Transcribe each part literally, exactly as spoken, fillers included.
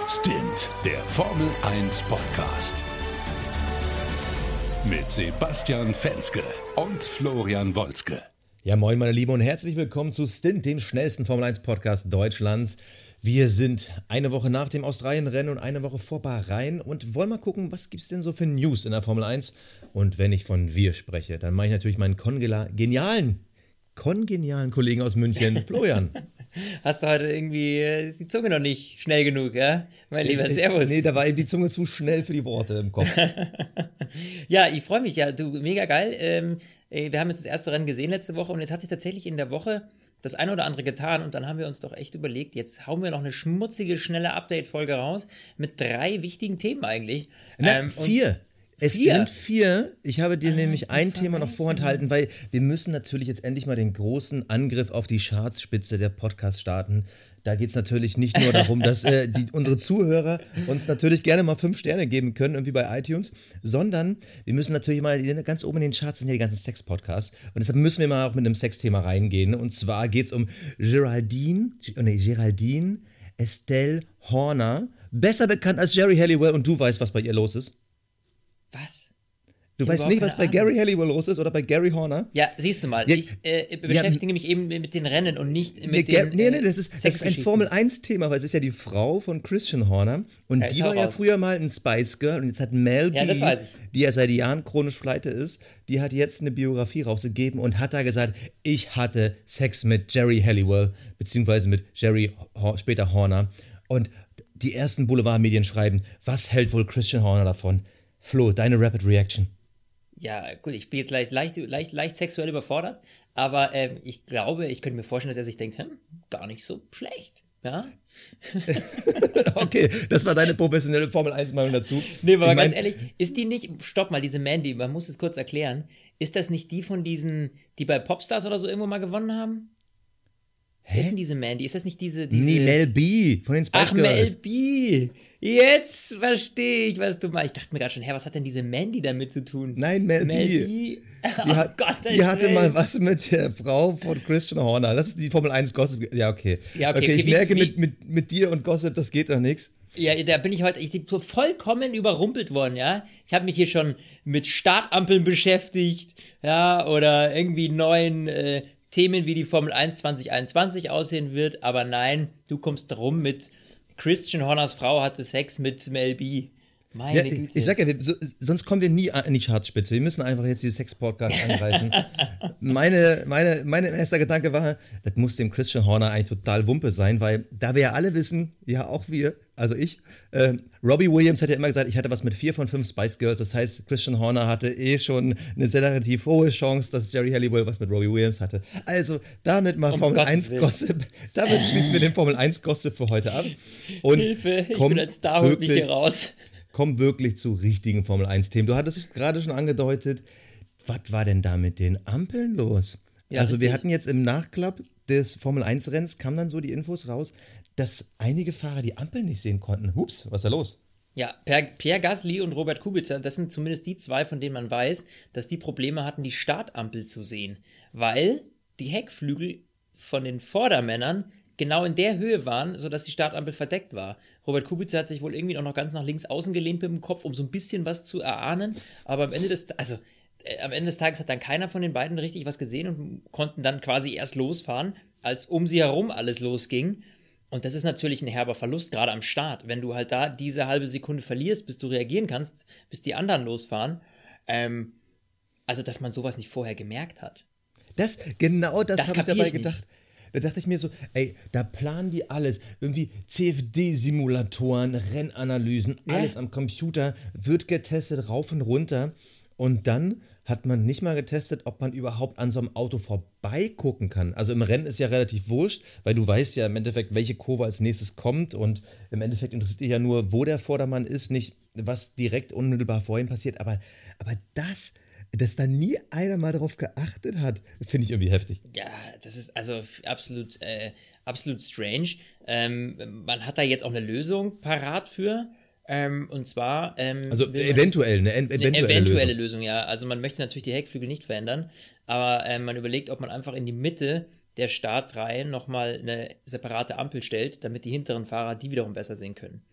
Stint, der Formel eins Podcast. Mit Sebastian Fenske und Florian Wolzke. Ja, moin meine Lieben und herzlich willkommen zu Stint, dem schnellsten Formel eins Podcast Deutschlands. Wir sind eine Woche nach dem Australien-Rennen und eine Woche vor Bahrain und wollen mal gucken, was gibt es denn so für News in der Formel eins. Und wenn ich von wir spreche, dann meine ich natürlich meinen kongenialen, kongenialen Kollegen aus München, Florian. Hast du heute irgendwie, ist die Zunge noch nicht schnell genug, ja? Mein lieber Servus. Nee, da war eben die Zunge zu schnell für die Worte im Kopf. Ja, ich freue mich, ja, du, mega geil. Ähm, wir haben jetzt das erste Rennen gesehen letzte Woche und jetzt hat sich tatsächlich in der Woche das eine oder andere getan und dann haben wir uns doch echt überlegt, jetzt hauen wir noch eine schmutzige, schnelle Update-Folge raus mit drei wichtigen Themen eigentlich. Na, ähm, vier. Es vier? sind vier. Ich habe dir Ah, nämlich ein ich Thema noch vorenthalten, weil wir müssen natürlich jetzt endlich mal den großen Angriff auf die Chartspitze der Podcasts starten. Da geht es natürlich nicht nur darum, dass äh, die, unsere Zuhörer uns natürlich gerne mal fünf Sterne geben können, irgendwie bei iTunes, sondern wir müssen natürlich mal, ganz oben in den Charts sind ja die ganzen Sex-Podcasts und deshalb müssen wir mal auch mit einem Sexthema reingehen. Und zwar geht es um Geraldine, nee, Geraldine Estelle Horner, besser bekannt als Geri Halliwell, und du weißt, was bei ihr los ist. Was? Du Ich weißt hab nicht, überhaupt was bei keine Geri Halliwell los ist oder bei Gary Horner? Ja, siehst du mal, Ja, ich äh, beschäftige mich eben mit den Rennen und nicht mit Nee, den nee, nee, das ist, das ist ein Sexgeschichten. Formel eins Thema, weil es ist ja die Frau von Christian Horner und Ja, die ist war auch ja raus. früher mal ein Spice Girl und jetzt hat Mel B, Ja, das weiß ich. die ja seit Jahren chronisch pleite ist, die hat jetzt eine Biografie rausgegeben und hat da gesagt, ich hatte Sex mit Geri Halliwell, beziehungsweise mit Geri, Ho- später Horner, und die ersten Boulevardmedien schreiben, was hält wohl Christian Horner davon? Flo, deine Rapid Reaction. Ja, gut, ich bin jetzt leicht, leicht, leicht, leicht sexuell überfordert, aber ähm, ich glaube, ich könnte mir vorstellen, dass er sich denkt, hm, gar nicht so schlecht, ja? Okay, das war deine professionelle Formel eins Meinung dazu. Nee, aber Ich mein- ganz ehrlich, ist die nicht, stopp mal, diese Mandy, man muss es kurz erklären, ist das nicht die von diesen, die bei Popstars oder so irgendwo mal gewonnen haben? Wer ist denn diese Mandy? Ist das nicht diese, diese... Nee, Mel B von den Spice Ach, Girls. Mel B. Jetzt verstehe ich, was du meinst. Ich dachte mir gerade schon, hä, was hat denn diese Mandy damit zu tun? Nein, Mel, Mel B. B. Die, Oh hat, Gott, die hatte Willen. mal was mit der Frau von Christian Horner. Das ist die Formel eins Gossip. Ja, okay. Ja, okay, okay, okay, ich wie- merke, wie- mit, mit, mit dir und Gossip, das geht doch nichts. Ja, da bin ich heute, ich bin so vollkommen überrumpelt worden, ja. Ich habe mich hier schon mit Startampeln beschäftigt, ja, oder irgendwie neuen äh, Themen, wie die Formel eins zwanzig einundzwanzig aussehen wird, aber nein, du kommst rum mit Christian Horners Frau hatte Sex mit Mel B. Meine Ja, Güte. ich, ich sag ja, wir, so, sonst kommen wir nie an- in die Chartspitze. Wir müssen einfach jetzt diese Sex-Podcast angreifen. meine, meine, meine erster Gedanke war, das muss dem Christian Horner eigentlich total Wumpe sein, weil da wir ja alle wissen, ja auch wir, also ich, äh, Robbie Williams hat ja immer gesagt, ich hatte was mit vier von fünf Spice Girls. Das heißt, Christian Horner hatte eh schon eine sehr relativ hohe Chance, dass Geri Halliwell was mit Robbie Williams hatte. Also damit mal Um Formel Gottes eins Willen. Gossip. Damit schließen wir den Formel eins Gossip für heute ab. Und Hilfe, ich kommen bin als Starhund nicht wirklich- hier raus. Kommen wirklich zu richtigen Formel eins Themen. Du hattest es gerade schon angedeutet, was war denn da mit den Ampeln los? Ja, also wir richtig. hatten jetzt im Nachklapp des Formel eins Rennens, kamen dann so die Infos raus, dass einige Fahrer die Ampeln nicht sehen konnten. Hups, was ist da los? Ja, Per- Pierre Gasly und Robert Kubica, das sind zumindest die zwei, von denen man weiß, dass die Probleme hatten, die Startampel zu sehen. Weil die Heckflügel von den Vordermännern genau in der Höhe waren, sodass die Startampel verdeckt war. Robert Kubica hat sich wohl irgendwie auch noch ganz nach links außen gelehnt mit dem Kopf, um so ein bisschen was zu erahnen. Aber am Ende des, also, äh, am Ende des Tages hat dann keiner von den beiden richtig was gesehen und konnten dann quasi erst losfahren, als um sie herum alles losging. Und das ist natürlich ein herber Verlust, gerade am Start. Wenn du halt da diese halbe Sekunde verlierst, bis du reagieren kannst, bis die anderen losfahren. Ähm, also, dass man sowas nicht vorher gemerkt hat. Das, genau das, Das habe ich kapier dabei ich nicht. gedacht. Da dachte ich mir so, ey, da planen die alles. Irgendwie C F D-Simulatoren, Rennanalysen, Ja. alles am Computer, wird getestet, rauf und runter. Und dann hat man nicht mal getestet, ob man überhaupt an so einem Auto vorbeigucken kann. Also im Rennen ist ja relativ wurscht, weil du weißt ja im Endeffekt, welche Kurve als nächstes kommt. Und im Endeffekt interessiert dich ja nur, wo der Vordermann ist, nicht was direkt unmittelbar vor ihm passiert. Aber, aber das, dass da nie einer mal darauf geachtet hat, finde ich irgendwie heftig. Ja, das ist also f- absolut, äh, absolut strange. Ähm, man hat da jetzt auch eine Lösung parat für. Ähm, und zwar. Ähm, Also will man- eventuell, eine en- Eine eventuelle, eventuelle Lösung. Lösung, ja. Also man möchte natürlich die Heckflügel nicht verändern, aber ähm, man überlegt, ob man einfach in die Mitte der Startreihen nochmal eine separate Ampel stellt, damit die hinteren Fahrer die wiederum besser sehen können.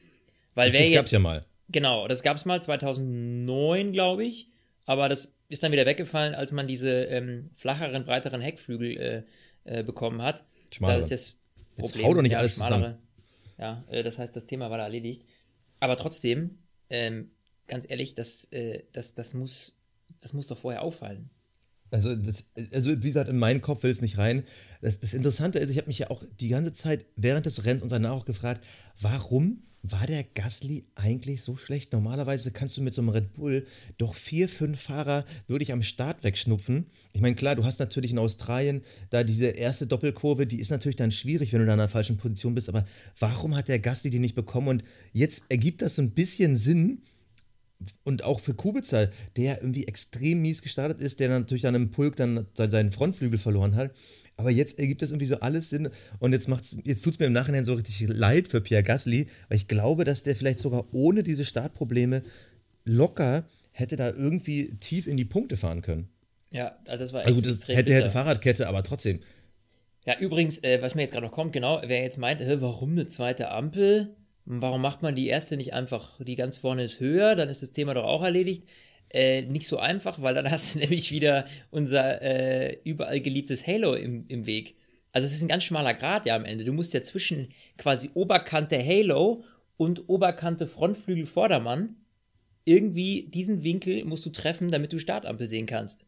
Weil wer das jetzt, gab's ja mal. Genau, das gab es mal zweitausendneun, glaube ich. Aber das ist dann wieder weggefallen, als man diese ähm, flacheren, breiteren Heckflügel äh, äh, bekommen hat. Schmalere. Da ist das Problem. Jetzt hau doch nicht ja, alles schmalere. zusammen. Ja, äh, das heißt, das Thema war da erledigt. Aber trotzdem, ähm, ganz ehrlich, das, äh, das, das, muss, das muss doch vorher auffallen. Also, das, also wie gesagt, in meinen Kopf will es nicht rein. Das, das Interessante ist, ich habe mich ja auch die ganze Zeit während des Rennens und danach auch gefragt, warum war der Gasly eigentlich so schlecht? Normalerweise kannst du mit so einem Red Bull doch vier, fünf Fahrer wirklich am Start wegschnupfen. Ich meine, klar, du hast natürlich in Australien da diese erste Doppelkurve, die ist natürlich dann schwierig, wenn du da in einer falschen Position bist, aber warum hat der Gasly die nicht bekommen? Und jetzt ergibt das so ein bisschen Sinn. Und auch für Kubica, der irgendwie extrem mies gestartet ist, der natürlich dann im Pulk dann seinen Frontflügel verloren hat. Aber jetzt ergibt das irgendwie so alles Sinn. Und jetzt, jetzt tut es mir im Nachhinein so richtig leid für Pierre Gasly, weil ich glaube, dass der vielleicht sogar ohne diese Startprobleme locker hätte da irgendwie tief in die Punkte fahren können. Ja, also das war echt also gut, das extrem hätte, bitter. hätte Fahrradkette, aber trotzdem. Ja, übrigens, äh, was mir jetzt gerade noch kommt, genau, wer jetzt meint, äh, warum eine zweite Ampel? Warum macht man die erste nicht einfach, die ganz vorne ist höher, dann ist das Thema doch auch erledigt. Äh, nicht so einfach, weil dann hast du nämlich wieder unser äh, überall geliebtes Halo im, im Weg. Also es ist ein ganz schmaler Grat ja am Ende. Du musst ja zwischen quasi Oberkante Halo und Oberkante Frontflügel Vordermann irgendwie diesen Winkel musst du treffen, damit du Startampel sehen kannst.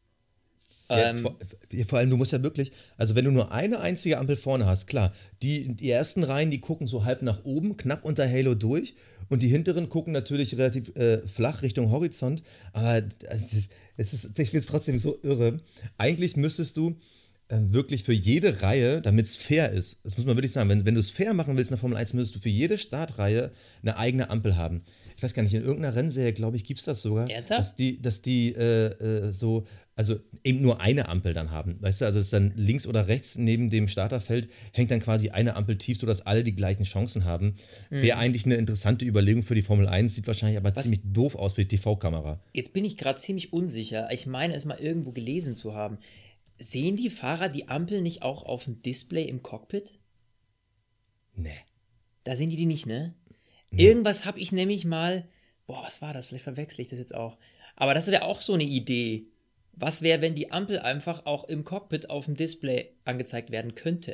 Ja, Ähm, vor, vor allem, du musst ja wirklich, also wenn du nur eine einzige Ampel vorne hast, klar, die, die ersten Reihen, die gucken so halb nach oben, knapp unter Halo durch und die hinteren gucken natürlich relativ äh, flach Richtung Horizont, aber es ist, es ist, ich finde es trotzdem so irre. Eigentlich müsstest du äh, wirklich für jede Reihe, damit es fair ist, das muss man wirklich sagen, wenn, wenn du es fair machen willst in der Formel eins, müsstest du für jede Startreihe eine eigene Ampel haben. Ich weiß gar nicht, in irgendeiner Rennserie, glaube ich, gibt es das sogar. Ernsthaft? Dass die, dass die äh, äh, so, also eben nur eine Ampel dann haben. Weißt du, also es ist dann links oder rechts neben dem Starterfeld hängt dann quasi eine Ampel tief, sodass alle die gleichen Chancen haben. Mhm. Wäre eigentlich eine interessante Überlegung für die Formel eins, sieht wahrscheinlich aber Was? ziemlich doof aus für die T V-Kamera. Jetzt bin ich gerade ziemlich unsicher. Ich meine, es mal irgendwo gelesen zu haben. Sehen die Fahrer die Ampel nicht auch auf dem Display im Cockpit? Nee. Da sehen die die nicht, ne? Nee. Irgendwas habe ich nämlich mal, boah, was war das? Vielleicht verwechsel ich das jetzt auch. Aber das wäre auch so eine Idee. Was wäre, wenn die Ampel einfach auch im Cockpit auf dem Display angezeigt werden könnte?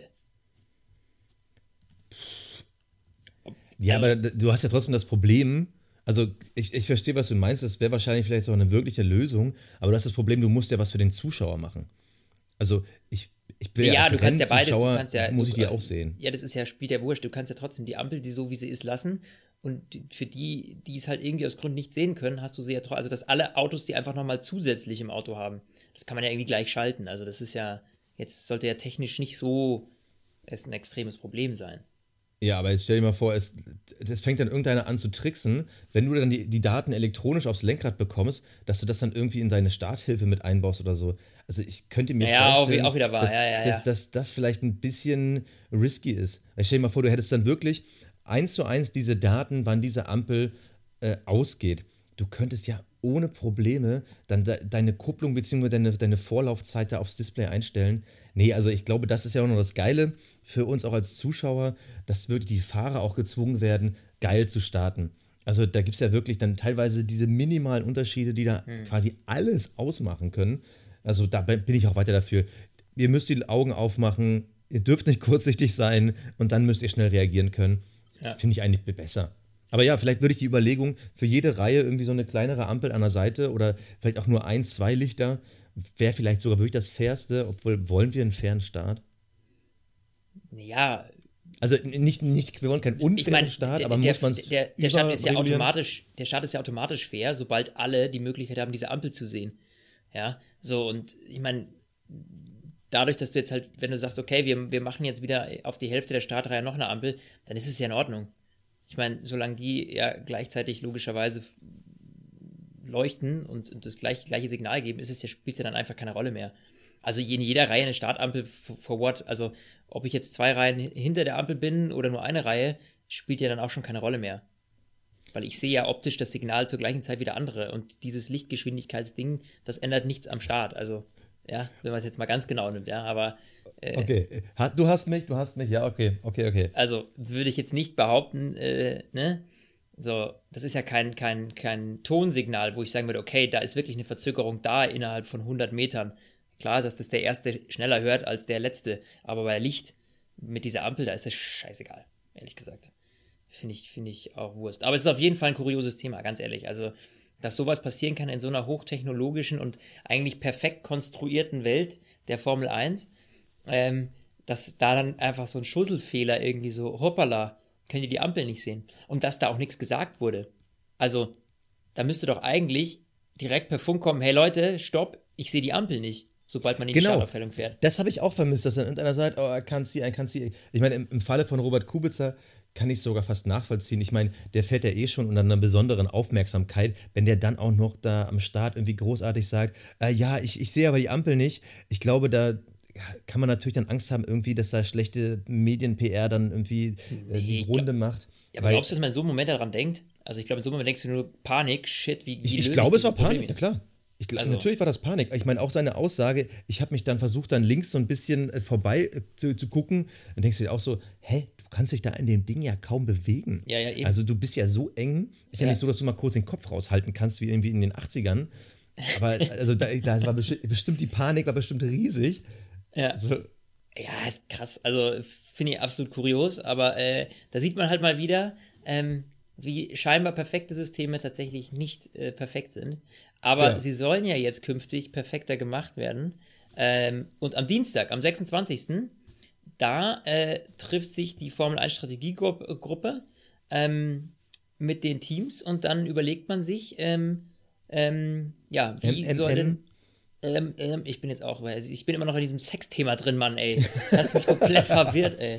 Ja, also, aber du hast ja trotzdem das Problem, also ich, ich verstehe, was du meinst, das wäre wahrscheinlich vielleicht so eine wirkliche Lösung, aber du hast das Problem, du musst ja was für den Zuschauer machen. Also ich, ich will ja, ja als du kannst ja beides, du Zuschauer, kannst ja, muss ich du, die auch sehen. Ja, das ist ja, spielt ja wurscht, du kannst ja trotzdem die Ampel, die so wie sie ist, lassen. Und für die, die es halt irgendwie aus Gründen nicht sehen können, hast du sie ja trotzdem, also dass alle Autos die einfach nochmal zusätzlich im Auto haben. Das kann man ja irgendwie gleich schalten. Also das ist ja, jetzt sollte ja technisch nicht so es ein extremes Problem sein. Ja, aber jetzt stell dir mal vor, es, es fängt dann irgendeiner an zu tricksen, wenn du dann die, die Daten elektronisch aufs Lenkrad bekommst, dass du das dann irgendwie in deine Starthilfe mit einbaust oder so. Also ich könnte mir ja, vorstellen, auch, auch wieder wahr. dass, ja, ja, dass, ja. dass, dass das vielleicht ein bisschen risky ist. Ich stell dir mal vor, du hättest dann wirklich eins zu eins diese Daten, wann diese Ampel äh, ausgeht. Du könntest ja ohne Probleme dann de- deine Kupplung bzw. Deine, deine Vorlaufzeit da aufs Display einstellen. Nee, also ich glaube, das ist ja auch noch das Geile für uns auch als Zuschauer, dass wirklich die Fahrer auch gezwungen werden, geil zu starten. Also da gibt es ja wirklich dann teilweise diese minimalen Unterschiede, die da hm. quasi alles ausmachen können. Also da bin ich auch weiter dafür. Ihr müsst die Augen aufmachen, ihr dürft nicht kurzsichtig sein und dann müsst ihr schnell reagieren können. Das ja. finde ich eigentlich besser. Aber ja, vielleicht würde ich die Überlegung, für jede Reihe irgendwie so eine kleinere Ampel an der Seite oder vielleicht auch nur ein, zwei Lichter, wäre vielleicht sogar wirklich das Fairste, obwohl wollen wir einen fairen Start? Ja. Also nicht, nicht wir wollen keinen unfairen ich mein, Start, der, aber der, muss man es der, der Start ist ja automatisch, der Start ist ja automatisch fair, sobald alle die Möglichkeit haben, diese Ampel zu sehen. Ja, so und ich meine, dadurch, dass du jetzt halt, wenn du sagst, okay, wir, wir machen jetzt wieder auf die Hälfte der Startreihe noch eine Ampel, dann ist es ja in Ordnung. Ich meine, solange die ja gleichzeitig logischerweise leuchten und, und das gleich, gleiche Signal geben, ist es ja, spielt es ja dann einfach keine Rolle mehr. Also in jeder Reihe eine Startampel for, for what? Also ob ich jetzt zwei Reihen hinter der Ampel bin oder nur eine Reihe, spielt ja dann auch schon keine Rolle mehr. Weil ich sehe ja optisch das Signal zur gleichen Zeit wie der andere und dieses Lichtgeschwindigkeitsding, das ändert nichts am Start. Also ja, wenn man es jetzt mal ganz genau nimmt, ja, aber äh, okay, du hast mich, du hast mich, ja, okay, okay, okay. Also würde ich jetzt nicht behaupten, äh, ne, So, das ist ja kein, kein, kein Tonsignal, wo ich sagen würde, okay, da ist wirklich eine Verzögerung da innerhalb von hundert Metern. Klar, dass das der Erste schneller hört als der Letzte, aber bei Licht mit dieser Ampel, da ist das scheißegal, ehrlich gesagt. Finde ich, finde ich auch Wurst. Aber es ist auf jeden Fall ein kurioses Thema, ganz ehrlich. Also, dass sowas passieren kann in so einer hochtechnologischen und eigentlich perfekt konstruierten Welt der Formel eins, ähm, dass da dann einfach so ein Schusselfehler irgendwie so, hoppala, könnt ihr die Ampel nicht sehen. Und dass da auch nichts gesagt wurde. Also, da müsste doch eigentlich direkt per Funk kommen, hey Leute, stopp, ich sehe die Ampel nicht, sobald man in die Genau. Startaufstellung fährt. Das habe ich auch vermisst, dass dann irgendeiner sagt, oh, er kann sie, er kann sie. Ich meine, im, im Falle von Robert Kubica kann ich es sogar fast nachvollziehen. Ich meine, der fährt ja eh schon unter einer besonderen Aufmerksamkeit, wenn der dann auch noch da am Start irgendwie großartig sagt, äh, ja, ich, ich sehe aber die Ampel nicht. Ich glaube, da kann man natürlich dann Angst haben, irgendwie, dass da schlechte Medien-P R dann irgendwie äh, die Nee, ich Runde glaub- macht. Ja, aber Weil- glaubst du, dass man in so einem Moment daran denkt? Also ich glaube, in so einem Moment denkst du nur Panik, shit, wie, wie Ich, ich löse glaube, es war dieses Problem Panik, na jetzt? klar. Ich, gl- Also- natürlich war das Panik. Ich meine, auch seine Aussage, ich habe mich dann versucht, dann links so ein bisschen äh, vorbei äh, zu, zu gucken. Dann denkst du dir auch so, hä, du kannst dich da in dem Ding ja kaum bewegen. Ja, ja, eben. Also du bist ja so eng. Ist ja, Ja. nicht so, dass du mal kurz den Kopf raushalten kannst, wie irgendwie in den achtzigern. Aber also da, da war bestimmt, bestimmt die Panik, war bestimmt riesig. Ja. So, Ja, ist krass. Also finde ich absolut kurios, aber äh, da sieht man halt mal wieder, ähm, wie scheinbar perfekte Systeme tatsächlich nicht äh, perfekt sind. Aber Ja. sie sollen ja jetzt künftig perfekter gemacht werden. Ähm, und am Dienstag, am sechsundzwanzigsten da äh, trifft sich die Formel eins Strategiegruppe ähm, mit den Teams und dann überlegt man sich, ähm, ähm, ja, wie M M M. soll denn ähm, ähm, ich bin jetzt auch, weil ich bin immer noch in diesem Sexthema drin, Mann, ey. Das hat mich komplett verwirrt, ey.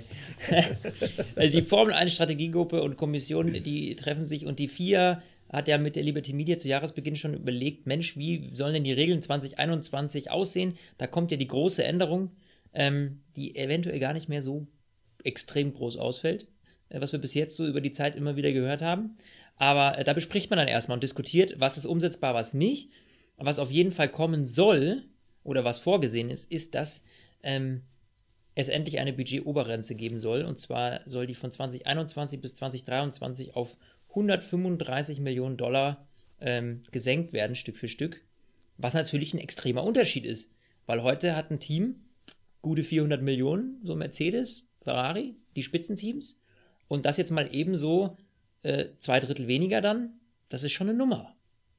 Also die Formel eins Strategiegruppe und Kommission, die treffen sich und die F I A hat ja mit der Liberty Media zu Jahresbeginn schon überlegt, Mensch, wie sollen denn die Regeln zwanzig einundzwanzig aussehen? Da kommt ja die große Änderung, ähm, die eventuell gar nicht mehr so extrem groß ausfällt, äh, was wir bis jetzt so über die Zeit immer wieder gehört haben. Aber äh, da bespricht man dann erstmal und diskutiert, was ist umsetzbar, was nicht. Was auf jeden Fall kommen soll, oder was vorgesehen ist, ist, dass ähm, es endlich eine Budgetobergrenze geben soll. Und zwar soll die von zwanzig einundzwanzig bis zwanzig dreiundzwanzig auf hundertfünfunddreißig Millionen Dollar ähm, gesenkt werden, Stück für Stück. Was natürlich ein extremer Unterschied ist. Weil heute hat ein Team gute vierhundert Millionen, so Mercedes, Ferrari, die Spitzenteams. Und das jetzt mal ebenso äh, zwei Drittel weniger dann, das ist schon eine Nummer.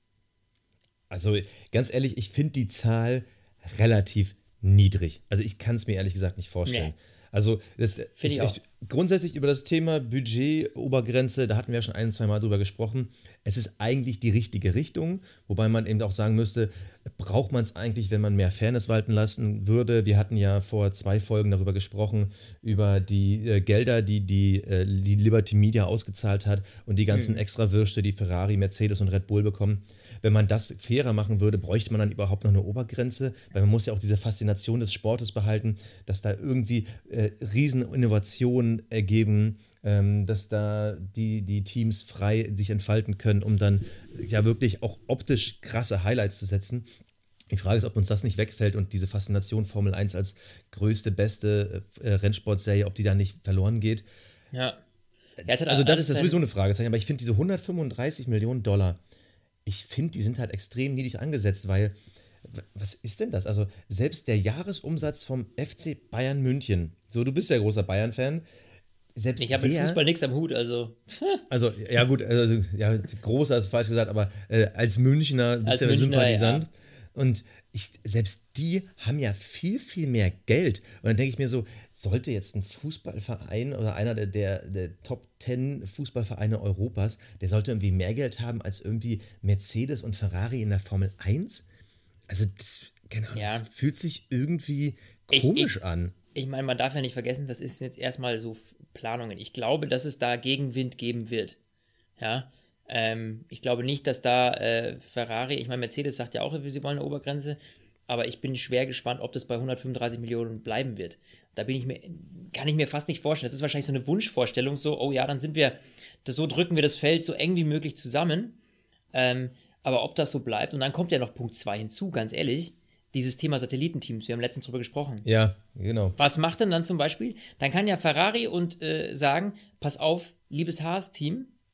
Also ganz ehrlich, ich finde die Zahl relativ niedrig. Also ich kann es mir ehrlich gesagt nicht vorstellen. Nee. Also das, Find ich auch. grundsätzlich über das Thema Budget, Obergrenze, da hatten wir ja schon ein, zwei Mal drüber gesprochen. Es ist eigentlich die richtige Richtung, wobei man eben auch sagen müsste, braucht man es eigentlich, wenn man mehr Fairness walten lassen würde? Wir hatten ja vor zwei Folgen darüber gesprochen, über die äh, Gelder, die die, äh, die Liberty Media ausgezahlt hat und die ganzen Mhm. Extrawürste, die Ferrari, Mercedes und Red Bull bekommen. Wenn man das fairer machen würde, bräuchte man dann überhaupt noch eine Obergrenze, weil man muss ja auch diese Faszination des Sportes behalten, dass da irgendwie äh, Rieseninnovationen ergeben, ähm, dass da die, die Teams frei sich entfalten können, um dann äh, ja wirklich auch optisch krasse Highlights zu setzen. Die Frage ist, ob uns das nicht wegfällt und diese Faszination Formel eins als größte, beste äh, Rennsportserie, ob die da nicht verloren geht. Ja. Ja, es hat Also das alles ist das sein- sowieso eine Fragezeichen, aber ich finde diese hundertfünfunddreißig Millionen Dollar, ich finde, die sind halt extrem niedrig angesetzt, weil, w- was ist denn das? Also selbst der Jahresumsatz vom F C Bayern München, so du bist ja großer Bayern-Fan, selbst Ich habe mit der, Fußball nichts am Hut, also also ja gut, also, ja, großer ist falsch gesagt, aber äh, als Münchner bist Als du ja Münchner, Sympathisant. ja. Und ich, selbst die haben ja viel, viel mehr Geld. Und dann denke ich mir so, sollte jetzt ein Fußballverein oder einer der, der, der Top zehn Fußballvereine Europas, der sollte irgendwie mehr Geld haben als irgendwie Mercedes und Ferrari in der Formel eins? Also das, keine Ahnung, Ja. das fühlt sich irgendwie Ich- komisch ich- an. ich meine, man darf ja nicht vergessen, das ist jetzt erstmal so F- Planungen. Ich glaube, dass es da Gegenwind geben wird. Ja, ähm, ich glaube nicht, dass da äh, Ferrari, ich meine, Mercedes sagt ja auch, sie wollen eine Obergrenze, aber ich bin schwer gespannt, ob das bei hundertfünfunddreißig Millionen bleiben wird. Da bin ich mir, kann ich mir fast nicht vorstellen. Das ist wahrscheinlich so eine Wunschvorstellung, so, oh ja, dann sind wir, das, so drücken wir das Feld so eng wie möglich zusammen. Ähm, aber ob das so bleibt, und dann kommt ja noch Punkt zwei hinzu, ganz ehrlich, dieses Thema Satellitenteams, wir haben letztens drüber gesprochen. Ja, genau. Was macht denn dann zum Beispiel? Dann kann ja Ferrari und äh, sagen, pass auf, liebes Haas-Team,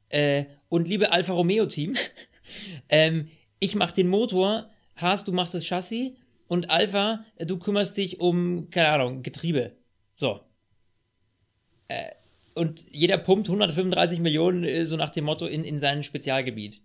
Äh, und liebe Alfa Romeo-Team, ähm, ich mach den Motor, Haas, du machst das Chassis und Alfa, du kümmerst dich um, keine Ahnung, Getriebe. So. Äh, und jeder pumpt hundertfünfunddreißig Millionen, äh, so nach dem Motto, in, in sein Spezialgebiet.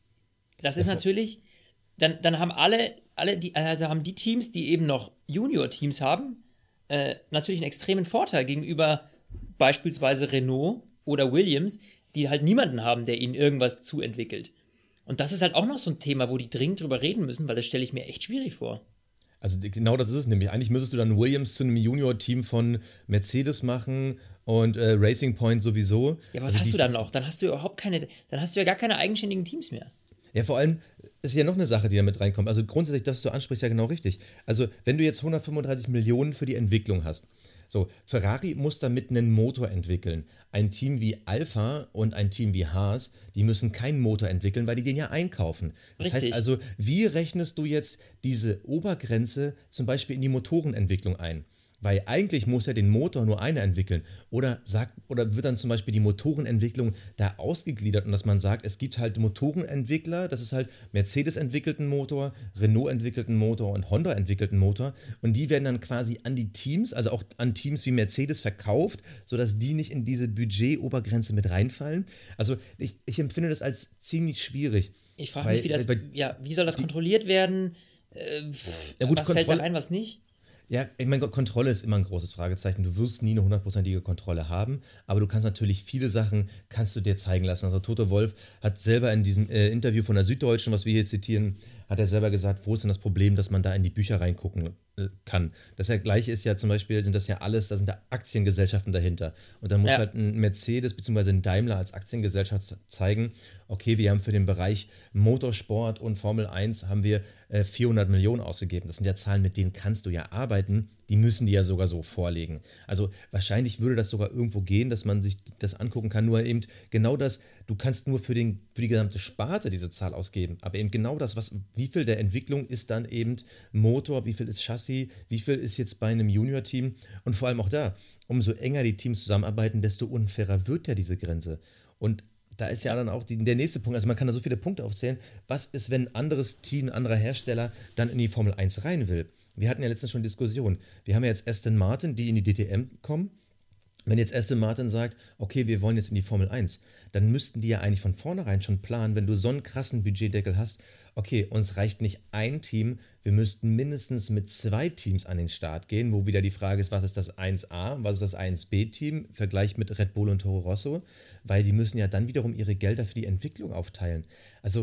Das ist natürlich, dann, dann haben alle, alle die, also haben die Teams, die eben noch Junior-Teams haben, äh, natürlich einen extremen Vorteil gegenüber beispielsweise Renault oder Williams, die halt niemanden haben, der ihnen irgendwas zuentwickelt. Und das ist halt auch noch so ein Thema, wo die dringend drüber reden müssen, weil das stelle ich mir echt schwierig vor. Also genau das ist es nämlich. Eigentlich müsstest du dann Williams zu einem Junior-Team von Mercedes machen und äh, Racing Point sowieso. Ja, aber was also hast die, du dann noch? Dann hast du ja überhaupt keine, dann hast du ja gar keine eigenständigen Teams mehr. Ja, vor allem ist ja noch eine Sache, die da mit reinkommt. Also grundsätzlich, das, was du ansprichst, ja genau richtig. Also wenn du jetzt hundertfünfunddreißig Millionen für die Entwicklung hast, so, Ferrari muss damit einen Motor entwickeln. Ein Team wie Alpha und ein Team wie Haas, die müssen keinen Motor entwickeln, weil die den ja einkaufen. Das Richtig. heißt also, wie rechnest du jetzt diese Obergrenze zum Beispiel in die Motorenentwicklung ein? Weil eigentlich muss ja den Motor nur einer entwickeln. Oder, sagt, oder wird dann zum Beispiel die Motorenentwicklung da ausgegliedert und dass man sagt, es gibt halt Motorenentwickler, das ist halt Mercedes entwickelten Motor, Renault entwickelten Motor und Honda entwickelten Motor. Und die werden dann quasi an die Teams, also auch an Teams wie Mercedes verkauft, sodass die nicht in diese Budgetobergrenze mit reinfallen. Also ich, ich empfinde das als ziemlich schwierig. Ich frage mich, wie das, weil, ja, wie soll das die, kontrolliert werden? Äh, ja gut, was Kontrolle, fällt da rein, was nicht? Ja, ich meine, Kontrolle ist immer ein großes Fragezeichen. Du wirst nie eine hundertprozentige Kontrolle haben, aber du kannst natürlich viele Sachen, kannst du dir zeigen lassen. Also Toto Wolff hat selber in diesem äh, Interview von der Süddeutschen, was wir hier zitieren, hat er selber gesagt, wo ist denn das Problem, dass man da in die Bücher reingucken äh, kann. Das ja gleiche ist ja zum Beispiel, sind das ja alles, da sind da Aktiengesellschaften dahinter. Und dann muss ja. halt ein Mercedes bzw. ein Daimler als Aktiengesellschaft zeigen, okay, wir haben für den Bereich Motorsport und Formel eins haben wir äh, vierhundert Millionen ausgegeben. Das sind ja Zahlen, mit denen kannst du ja arbeiten. Die müssen die ja sogar so vorlegen. Also wahrscheinlich würde das sogar irgendwo gehen, dass man sich das angucken kann. Nur eben genau das, du kannst nur für, den, für die gesamte Sparte diese Zahl ausgeben. Aber eben genau das, was, wie viel der Entwicklung ist dann eben Motor, wie viel ist Chassis, wie viel ist jetzt bei einem Junior-Team. Und vor allem auch da, umso enger die Teams zusammenarbeiten, desto unfairer wird ja diese Grenze. Und da ist ja dann auch die, der nächste Punkt, also man kann da so viele Punkte aufzählen. Was ist, wenn ein anderes Team, ein anderer Hersteller dann in die Formel eins rein will? Wir hatten ja letztens schon Diskussionen. Wir haben ja jetzt Aston Martin, die in die D T M kommen. Wenn jetzt Aston Martin sagt, okay, wir wollen jetzt in die Formel eins, dann müssten die ja eigentlich von vornherein schon planen, wenn du so einen krassen Budgetdeckel hast, okay, uns reicht nicht ein Team, wir müssten mindestens mit zwei Teams an den Start gehen, wo wieder die Frage ist, was ist das eins A, was ist das eins B-Team, im Vergleich mit Red Bull und Toro Rosso, weil die müssen ja dann wiederum ihre Gelder für die Entwicklung aufteilen. Also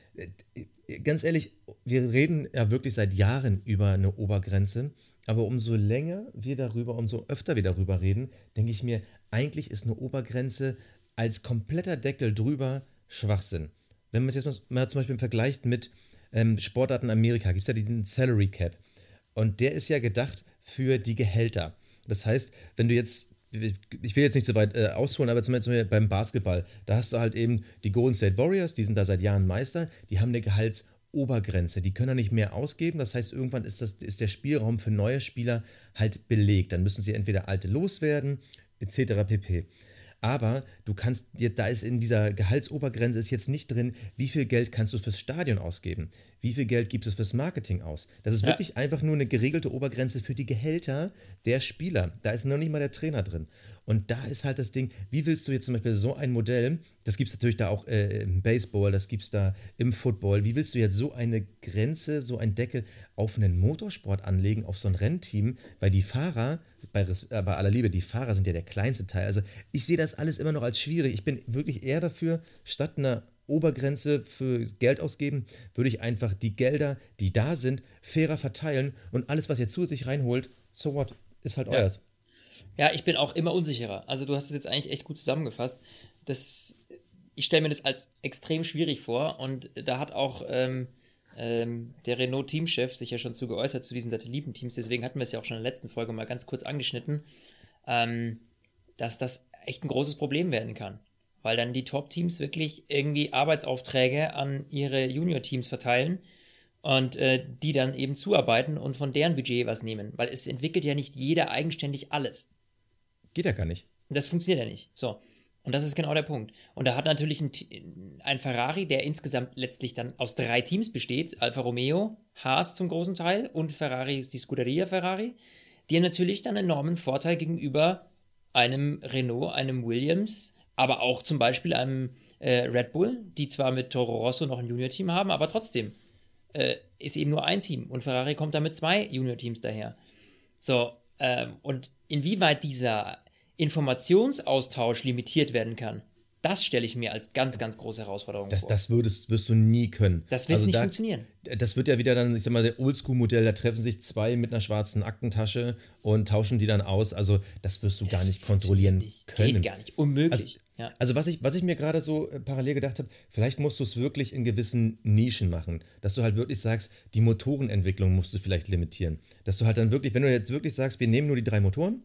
ganz ehrlich, wir reden ja wirklich seit Jahren über eine Obergrenze, aber umso länger wir darüber, umso öfter wir darüber reden, denke ich mir, eigentlich ist eine Obergrenze als kompletter Deckel drüber Schwachsinn. Wenn man es jetzt mal zum Beispiel vergleicht mit ähm, Sportarten in Amerika, gibt es ja diesen Salary Cap und der ist ja gedacht für die Gehälter. Das heißt, wenn du jetzt ich will jetzt nicht so weit äh, ausholen, aber zum Beispiel beim Basketball, da hast du halt eben die Golden State Warriors, die sind da seit Jahren Meister, die haben eine Gehaltsobergrenze, die können da nicht mehr ausgeben, das heißt, irgendwann ist, das, ist der Spielraum für neue Spieler halt belegt, dann müssen sie entweder alte loswerden, et cetera pp. Aber du kannst, da ist in dieser Gehaltsobergrenze ist jetzt nicht drin, wie viel Geld kannst du fürs Stadion ausgeben, wie viel Geld gibst du fürs Marketing aus. Das ist ja. wirklich einfach nur eine geregelte Obergrenze für die Gehälter der Spieler. Da ist noch nicht mal der Trainer drin. Und da ist halt das Ding, wie willst du jetzt zum Beispiel so ein Modell, das gibt es natürlich da auch äh, im Baseball, das gibt es da im Football, wie willst du jetzt so eine Grenze, so einen Deckel auf einen Motorsport anlegen, auf so ein Rennteam, weil die Fahrer, bei, äh, bei aller Liebe, die Fahrer sind ja der kleinste Teil. Also ich sehe das alles immer noch als schwierig. Ich bin wirklich eher dafür, statt einer Obergrenze für Geld ausgeben, würde ich einfach die Gelder, die da sind, fairer verteilen und alles, was ihr zusätzlich reinholt, so what, ist halt ja. euers. Ja, ich bin auch immer unsicherer. Also du hast es jetzt eigentlich echt gut zusammengefasst. Das, ich stelle mir das als extrem schwierig vor und da hat auch ähm, ähm, der Renault-Teamchef sich ja schon zu geäußert zu diesen Satellitenteams, deswegen hatten wir es ja auch schon in der letzten Folge mal ganz kurz angeschnitten, ähm, dass das echt ein großes Problem werden kann. Weil dann die Top-Teams wirklich irgendwie Arbeitsaufträge an ihre Junior-Teams verteilen und äh, die dann eben zuarbeiten und von deren Budget was nehmen. Weil es entwickelt ja nicht jeder eigenständig alles. Geht ja gar nicht. Das funktioniert ja nicht. So. Und das ist genau der Punkt. Und da hat natürlich ein, ein Ferrari, der insgesamt letztlich dann aus drei Teams besteht, Alfa Romeo, Haas zum großen Teil und Ferrari ist die Scuderia Ferrari, die haben natürlich dann einen enormen Vorteil gegenüber einem Renault, einem Williams, aber auch zum Beispiel einem äh, Red Bull, die zwar mit Toro Rosso noch ein Junior-Team haben, aber trotzdem äh, ist eben nur ein Team und Ferrari kommt da mit zwei Junior-Teams daher. So, ähm, und inwieweit dieser Informationsaustausch limitiert werden kann, das stelle ich mir als ganz, ganz große Herausforderung das, vor. Das würdest, wirst du nie können. Das wird also nicht da, funktionieren. Das wird ja wieder dann, ich sag mal, der Oldschool-Modell, da treffen sich zwei mit einer schwarzen Aktentasche und tauschen die dann aus. Also das wirst du das gar nicht kontrollieren nicht. können. Geht gar nicht. Unmöglich. Also, ja. also was ich, was ich mir gerade so äh, parallel gedacht habe, vielleicht musst du es wirklich in gewissen Nischen machen. Dass du halt wirklich sagst, die Motorenentwicklung musst du vielleicht limitieren. Dass du halt dann wirklich, wenn du jetzt wirklich sagst, wir nehmen nur die drei Motoren,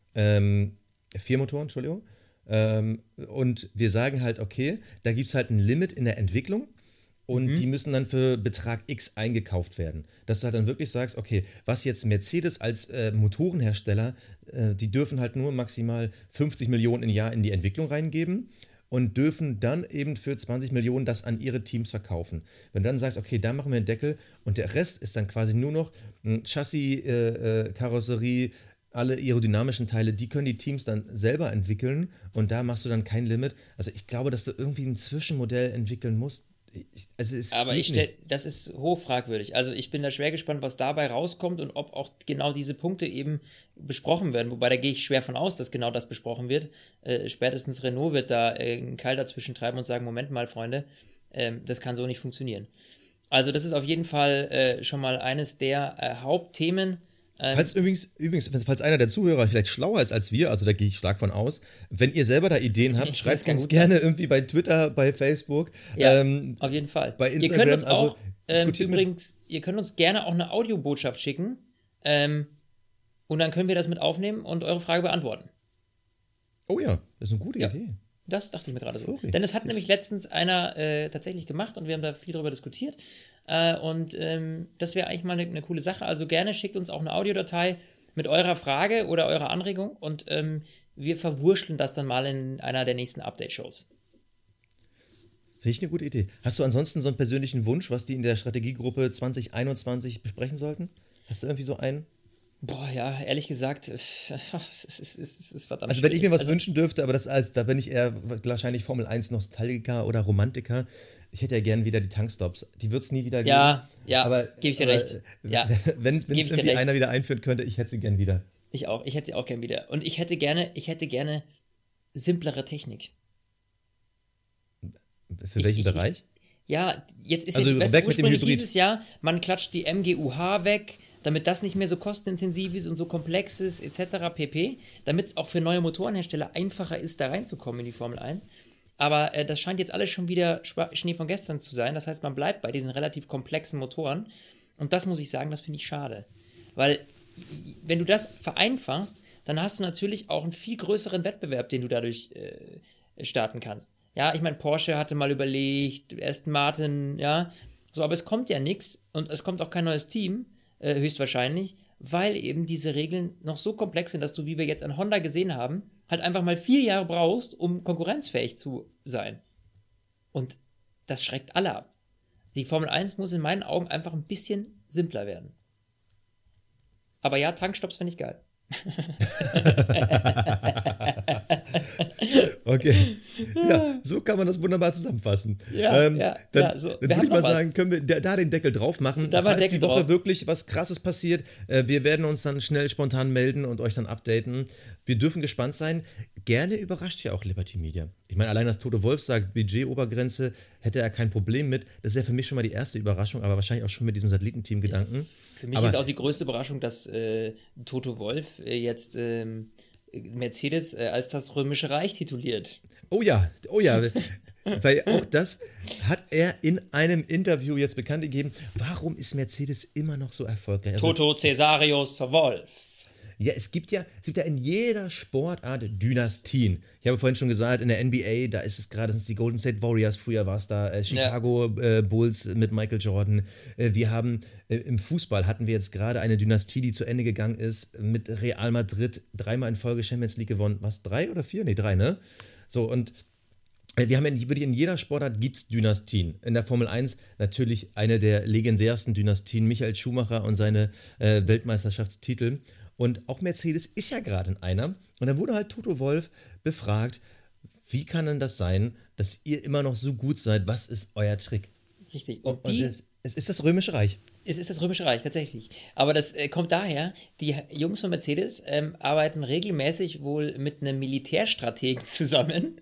ähm, vier Motoren, Entschuldigung, ähm, und wir sagen halt, okay, da gibt es halt ein Limit in der Entwicklung und mhm. die müssen dann für Betrag X eingekauft werden. Dass du halt dann wirklich sagst, okay, was jetzt Mercedes als äh, Motorenhersteller, äh, die dürfen halt nur maximal fünfzig Millionen im Jahr in die Entwicklung reingeben und dürfen dann eben für zwanzig Millionen das an ihre Teams verkaufen. Wenn du dann sagst, okay, da machen wir einen Deckel und der Rest ist dann quasi nur noch ein Chassis, äh, äh, Karosserie, alle aerodynamischen Teile, die können die Teams dann selber entwickeln und da machst du dann kein Limit. Also ich glaube, dass du irgendwie ein Zwischenmodell entwickeln musst. Ich, also es Aber geht ich stell, nicht. das ist hochfragwürdig. Also ich bin da schwer gespannt, was dabei rauskommt und ob auch genau diese Punkte eben besprochen werden. Wobei da gehe ich schwer von aus, dass genau das besprochen wird. Äh, spätestens Renault wird da äh, einen Keil dazwischen treiben und sagen, Moment mal, Freunde, äh, das kann so nicht funktionieren. Also das ist auf jeden Fall äh, schon mal eines der äh, Hauptthemen. Ähm, Falls übrigens, übrigens, falls einer der Zuhörer vielleicht schlauer ist als wir, also da gehe ich stark von aus, wenn ihr selber da Ideen habt, schreibt uns gerne sein. irgendwie bei Twitter, bei Facebook. Ja, ähm, auf jeden Fall. Bei Instagram. Ihr könnt uns auch, also, ähm, übrigens, ihr könnt uns gerne auch eine Audiobotschaft schicken ähm, und dann können wir das mit aufnehmen und eure Frage beantworten. Oh ja, das ist eine gute ja. Idee. Das dachte ich mir gerade so. Okay. Denn es hat nämlich letztens einer äh, tatsächlich gemacht und wir haben da viel drüber diskutiert. Äh, und ähm, das wäre eigentlich mal eine, eine coole Sache. Also gerne schickt uns auch eine Audiodatei mit eurer Frage oder eurer Anregung und ähm, wir verwurschteln das dann mal in einer der nächsten Update-Shows. Finde ich eine gute Idee. Hast du ansonsten so einen persönlichen Wunsch, was die in der Strategiegruppe zwanzig einundzwanzig besprechen sollten? Hast du irgendwie so einen? Boah, ja, ehrlich gesagt, es ist, es ist, es ist verdammt Also wenn ich mir was also, wünschen dürfte, aber das als, da bin ich eher wahrscheinlich Formel eins Nostalgiker oder Romantiker. Ich hätte ja gern wieder die Tankstops. Die wird es nie wieder geben. Ja, ja, aber gebe ich dir aber, recht. Ja, wenn es irgendwie recht. einer wieder einführen könnte, ich hätte sie gern wieder. Ich auch, ich hätte sie auch gern wieder. Und ich hätte gerne, ich hätte gerne simplere Technik. Für welchen ich, ich, Bereich? Ich, ja, jetzt ist also ja, weg mit dem Hybrid. Dieses Jahr, man klatscht die M G U H weg, damit das nicht mehr so kostenintensiv ist und so komplex ist, et cetera pp. Damit es auch für neue Motorenhersteller einfacher ist, da reinzukommen in die Formel eins. Aber äh, das scheint jetzt alles schon wieder Schnee von gestern zu sein. Das heißt, man bleibt bei diesen relativ komplexen Motoren. Und das muss ich sagen, das finde ich schade. Weil, wenn du das vereinfachst, dann hast du natürlich auch einen viel größeren Wettbewerb, den du dadurch äh, starten kannst. Ja, ich meine, Porsche hatte mal überlegt, Aston Martin, ja. So, aber es kommt ja nichts und es kommt auch kein neues Team, äh, höchstwahrscheinlich, weil eben diese Regeln noch so komplex sind, dass du, wie wir jetzt an Honda gesehen haben, halt einfach mal vier Jahre brauchst, um konkurrenzfähig zu sein. Und das schreckt alle ab. Die Formel eins muss in meinen Augen einfach ein bisschen simpler werden. Aber ja, Tankstops finde ich geil. Okay. Ja, so kann man das wunderbar zusammenfassen. Ja, ähm, ja, dann ja, so. dann würde ich mal sagen, können wir da, da den Deckel drauf machen. Da war Falls Deckel die Woche drauf. wirklich was Krasses passiert, äh, wir werden uns dann schnell spontan melden und euch dann updaten. Wir dürfen gespannt sein. Gerne überrascht ja auch Liberty Media. Ich meine, allein, dass Toto Wolff sagt, Budgetobergrenze, hätte er kein Problem mit. Das ist ja für mich schon mal die erste Überraschung, aber wahrscheinlich auch schon mit diesem Satellitenteam-Gedanken. Für mich aber ist auch die größte Überraschung, dass äh, Toto Wolff äh, jetzt ähm, Mercedes äh, als das Römische Reich tituliert. Oh ja, oh ja. Weil auch das hat er in einem Interview jetzt bekannt gegeben. Warum ist Mercedes immer noch so erfolgreich? Also, Toto Cäsarius Wolff. Ja, es gibt ja, es gibt ja in jeder Sportart Dynastien. Ich habe vorhin schon gesagt, in der N B A, da ist es gerade, sind es die Golden State Warriors, früher war es da äh, Chicago ja. äh, Bulls mit Michael Jordan. Äh, wir haben, äh, im Fußball hatten wir jetzt gerade eine Dynastie, die zu Ende gegangen ist, mit Real Madrid, dreimal in Folge Champions League gewonnen. Was, drei oder vier? Nee, drei, ne? So, und wir haben ja wirklich in jeder Sportart gibt es Dynastien. In der Formel eins natürlich eine der legendärsten Dynastien, Michael Schumacher und seine äh, Weltmeisterschaftstitel. Und auch Mercedes ist ja gerade in einer. Und da wurde halt Toto Wolff befragt, wie kann denn das sein, dass ihr immer noch so gut seid? Was ist euer Trick? Richtig. Und, Und die, und es, es ist das Römische Reich. Es ist das Römische Reich, tatsächlich. Aber das äh, kommt daher, die Jungs von Mercedes ähm, arbeiten regelmäßig wohl mit einem Militärstrategen zusammen,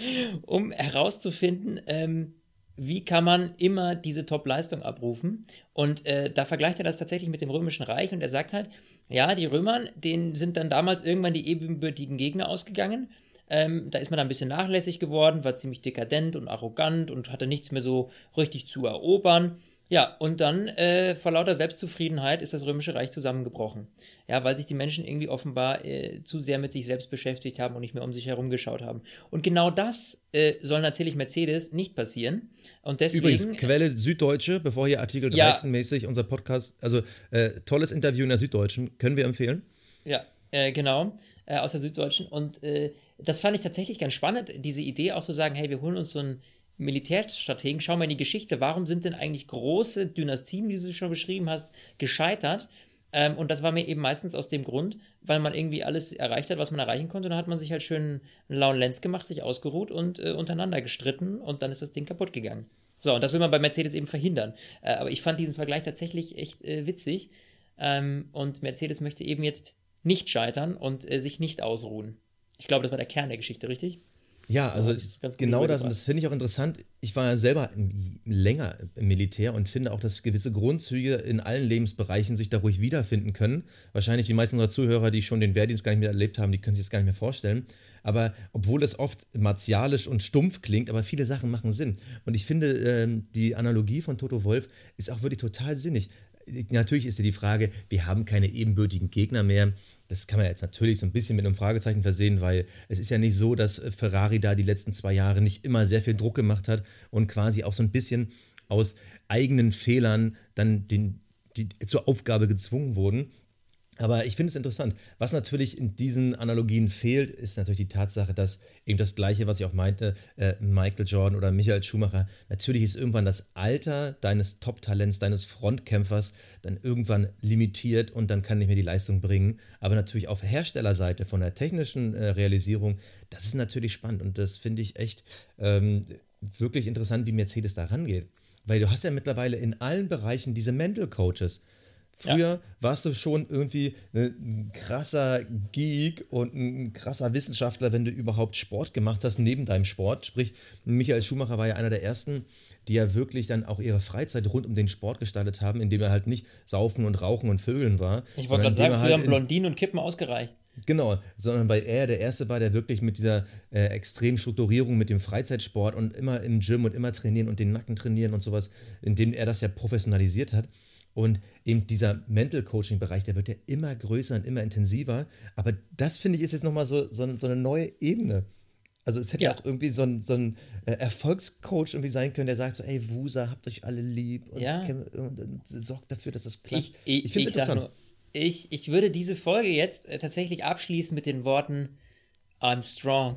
um herauszufinden, ähm, wie kann man immer diese Top-Leistung abrufen. Und äh, da vergleicht er das tatsächlich mit dem Römischen Reich und er sagt halt, ja, die Römer, denen sind dann damals irgendwann die ebenbürtigen Gegner ausgegangen. Ähm, da ist man dann ein bisschen nachlässig geworden, war ziemlich dekadent und arrogant und hatte nichts mehr so richtig zu erobern. Ja, und dann äh, vor lauter Selbstzufriedenheit ist das Römische Reich zusammengebrochen. Ja, weil sich die Menschen irgendwie offenbar äh, zu sehr mit sich selbst beschäftigt haben und nicht mehr um sich herum geschaut haben. Und genau das äh, soll natürlich Mercedes nicht passieren. Und deswegen, Übrigens, Quelle Süddeutsche, bevor hier Artikel dreizehn mäßig unser Podcast, also äh, tolles Interview in der Süddeutschen, können wir empfehlen. Ja, äh, genau, äh, aus der Süddeutschen. Und äh, das fand ich tatsächlich ganz spannend, diese Idee auch zu sagen, hey, wir holen uns so einen Militärstrategen, schau mal in die Geschichte, warum sind denn eigentlich große Dynastien, wie du schon beschrieben hast, gescheitert? Ähm, und das war mir eben meistens aus dem Grund, weil man irgendwie alles erreicht hat, was man erreichen konnte. Und dann hat man sich halt schön einen lauen Lenz gemacht, sich ausgeruht und äh, untereinander gestritten und dann ist das Ding kaputt gegangen. So, und das will man bei Mercedes eben verhindern. Äh, aber ich fand diesen Vergleich tatsächlich echt äh, witzig. Ähm, und Mercedes möchte eben jetzt nicht scheitern und äh, sich nicht ausruhen. Ich glaube, das war der Kern der Geschichte, richtig? Ja, also genau das, und das finde ich auch interessant. Ich war ja selber im, länger im Militär und finde auch, dass gewisse Grundzüge in allen Lebensbereichen sich da ruhig wiederfinden können. Wahrscheinlich die meisten unserer Zuhörer, die schon den Wehrdienst gar nicht mehr erlebt haben, die können sich das gar nicht mehr vorstellen. Aber obwohl es oft martialisch und stumpf klingt, aber viele Sachen machen Sinn. Und ich finde, ähm, die Analogie von Toto Wolff ist auch wirklich total sinnig. Natürlich ist ja die Frage, wir haben keine ebenbürtigen Gegner mehr. Das kann man jetzt natürlich so ein bisschen mit einem Fragezeichen versehen, weil es ist ja nicht so, dass Ferrari da die letzten zwei Jahre nicht immer sehr viel Druck gemacht hat und quasi auch so ein bisschen aus eigenen Fehlern dann den, die, zur Aufgabe gezwungen wurden. Aber ich finde es interessant. Was natürlich in diesen Analogien fehlt, ist natürlich die Tatsache, dass eben das Gleiche, was ich auch meinte, äh, Michael Jordan oder Michael Schumacher, natürlich ist irgendwann das Alter deines Top-Talents, deines Frontkämpfers dann irgendwann limitiert und dann kann nicht mehr die Leistung bringen. Aber natürlich auf Herstellerseite von der technischen äh, Realisierung, das ist natürlich spannend und das finde ich echt ähm, wirklich interessant, wie Mercedes da rangeht. Weil du hast ja mittlerweile in allen Bereichen diese Mental Coaches. Früher ja. warst du schon irgendwie ein krasser Geek und ein krasser Wissenschaftler, wenn du überhaupt Sport gemacht hast neben deinem Sport. Sprich, Michael Schumacher war ja einer der ersten, die ja wirklich dann auch ihre Freizeit rund um den Sport gestaltet haben, indem er halt nicht saufen und rauchen und vögeln war. Ich wollte gerade sagen, früher halt haben Blondinen und Kippen ausgereicht. Genau, sondern weil er der Erste war, der wirklich mit dieser äh, extremen Strukturierung, mit dem Freizeitsport und immer im Gym und immer trainieren und den Nacken trainieren und sowas, indem er das ja professionalisiert hat. Und eben dieser Mental-Coaching-Bereich, der wird ja immer größer und immer intensiver. Aber das, finde ich, ist jetzt nochmal so, so, so eine neue Ebene. Also es hätte ja auch irgendwie so ein, so ein äh, Erfolgscoach irgendwie sein können, der sagt so, ey, Wusa, habt euch alle lieb und, ja. und, und, und sorgt dafür, dass das klappt. Ich, ich, ich finde es interessant. Nur, ich, ich würde diese Folge jetzt äh, tatsächlich abschließen mit den Worten I'm strong.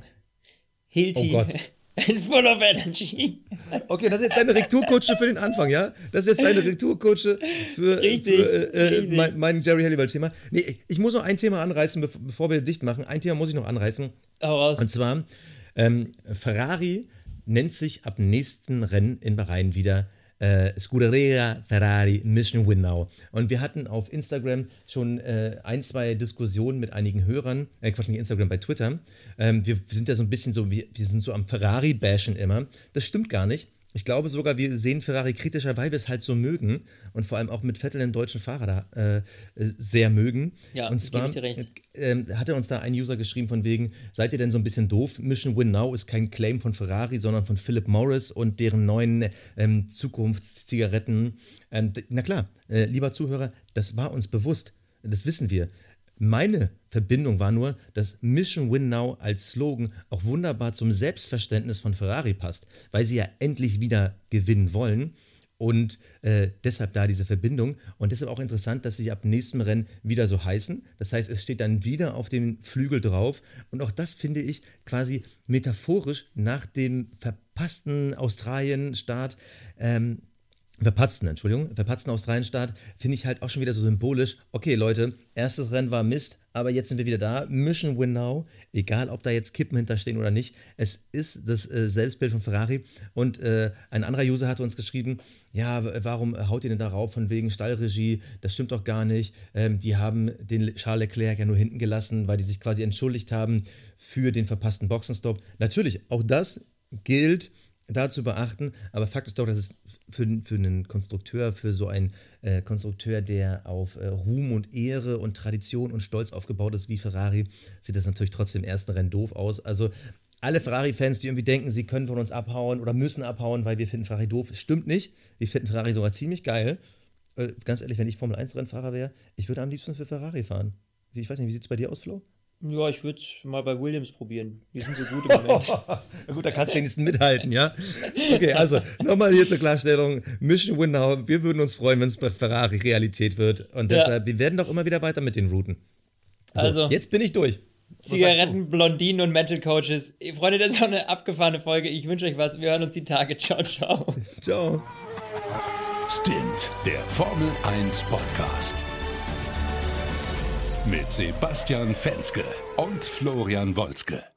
Hilti. Oh Gott. And full of energy. Okay, das ist jetzt deine Retourkutsche für den Anfang, ja? Das ist jetzt deine Retourkutsche für, richtig, für äh, richtig. mein, mein Jerry Halliwell-Thema. Nee, ich muss noch ein Thema anreißen, bevor wir dicht machen. Ein Thema muss ich noch anreißen. Hau raus. Und zwar, ähm, Ferrari nennt sich ab nächsten Rennen in Bahrain wieder Äh, Scuderia Ferrari Mission Win Now. Und wir hatten auf Instagram schon äh, ein, zwei Diskussionen mit einigen Hörern, äh, Quatsch, nicht Instagram, bei Twitter. Ähm, wir sind ja so ein bisschen so, wir, wir sind so am Ferrari-Bashen immer. Das stimmt gar nicht. Ich glaube sogar, wir sehen Ferrari kritischer, weil wir es halt so mögen und vor allem auch mit Vettel den deutschen Fahrer da äh, sehr mögen. Ja, und zwar gebe ich dir recht. Äh, hatte uns da ein User geschrieben von wegen, seid ihr denn so ein bisschen doof? Mission Win Now ist kein Claim von Ferrari, sondern von Philip Morris und deren neuen ähm, Zukunftszigaretten. Ähm, na klar, äh, lieber Zuhörer, das war uns bewusst, das wissen wir. Meine Verbindung war nur, dass Mission Win Now als Slogan auch wunderbar zum Selbstverständnis von Ferrari passt, weil sie ja endlich wieder gewinnen wollen. Und äh, deshalb da diese Verbindung. Und deshalb auch interessant, dass sie ab nächstem Rennen wieder so heißen. Das heißt, es steht dann wieder auf dem Flügel drauf. Und auch das finde ich quasi metaphorisch nach dem verpassten Australien-Start, ähm, verpatzten, Entschuldigung, verpatzten Australien-Start, finde ich halt auch schon wieder so symbolisch. Okay, Leute, erstes Rennen war Mist, aber jetzt sind wir wieder da. Mission win now. Egal, ob da jetzt Kippen hinterstehen oder nicht. Es ist das äh, Selbstbild von Ferrari. Und äh, ein anderer User hatte uns geschrieben, ja, warum haut ihr denn darauf von wegen Stallregie? Das stimmt doch gar nicht. Ähm, die haben den Charles Leclerc ja nur hinten gelassen, weil die sich quasi entschuldigt haben für den verpassten Boxenstopp. Natürlich, auch das gilt da zu beachten, aber Fakt ist doch, dass es für, für einen Konstrukteur, für so einen äh, Konstrukteur, der auf äh, Ruhm und Ehre und Tradition und Stolz aufgebaut ist wie Ferrari, sieht das natürlich trotzdem im ersten Rennen doof aus. Also alle Ferrari-Fans, die irgendwie denken, sie können von uns abhauen oder müssen abhauen, weil wir finden Ferrari doof, stimmt nicht. Wir finden Ferrari sogar ziemlich geil. Äh, ganz ehrlich, wenn ich Formel eins Rennfahrer wäre, ich würde am liebsten für Ferrari fahren. Ich weiß nicht, wie sieht es bei dir aus, Flo? Ja, ich würde es mal bei Williams probieren. Die sind so gut im Moment. Na gut, da kannst du wenigstens mithalten, ja? Okay, also nochmal hier zur Klarstellung. Mission win now. Wir würden uns freuen, wenn es bei Ferrari Realität wird. Und deshalb, ja. wir werden doch immer wieder weiter mit den Routen. So, also, jetzt bin ich durch. Was Zigaretten, Blondinen und Mental Coaches. Freunde, das ist auch eine abgefahrene Folge. Ich wünsche euch was. Wir hören uns die Tage. Ciao, ciao. Ciao. Stint, der Formel eins Podcast. Mit Sebastian Fenske und Florian Wolzke.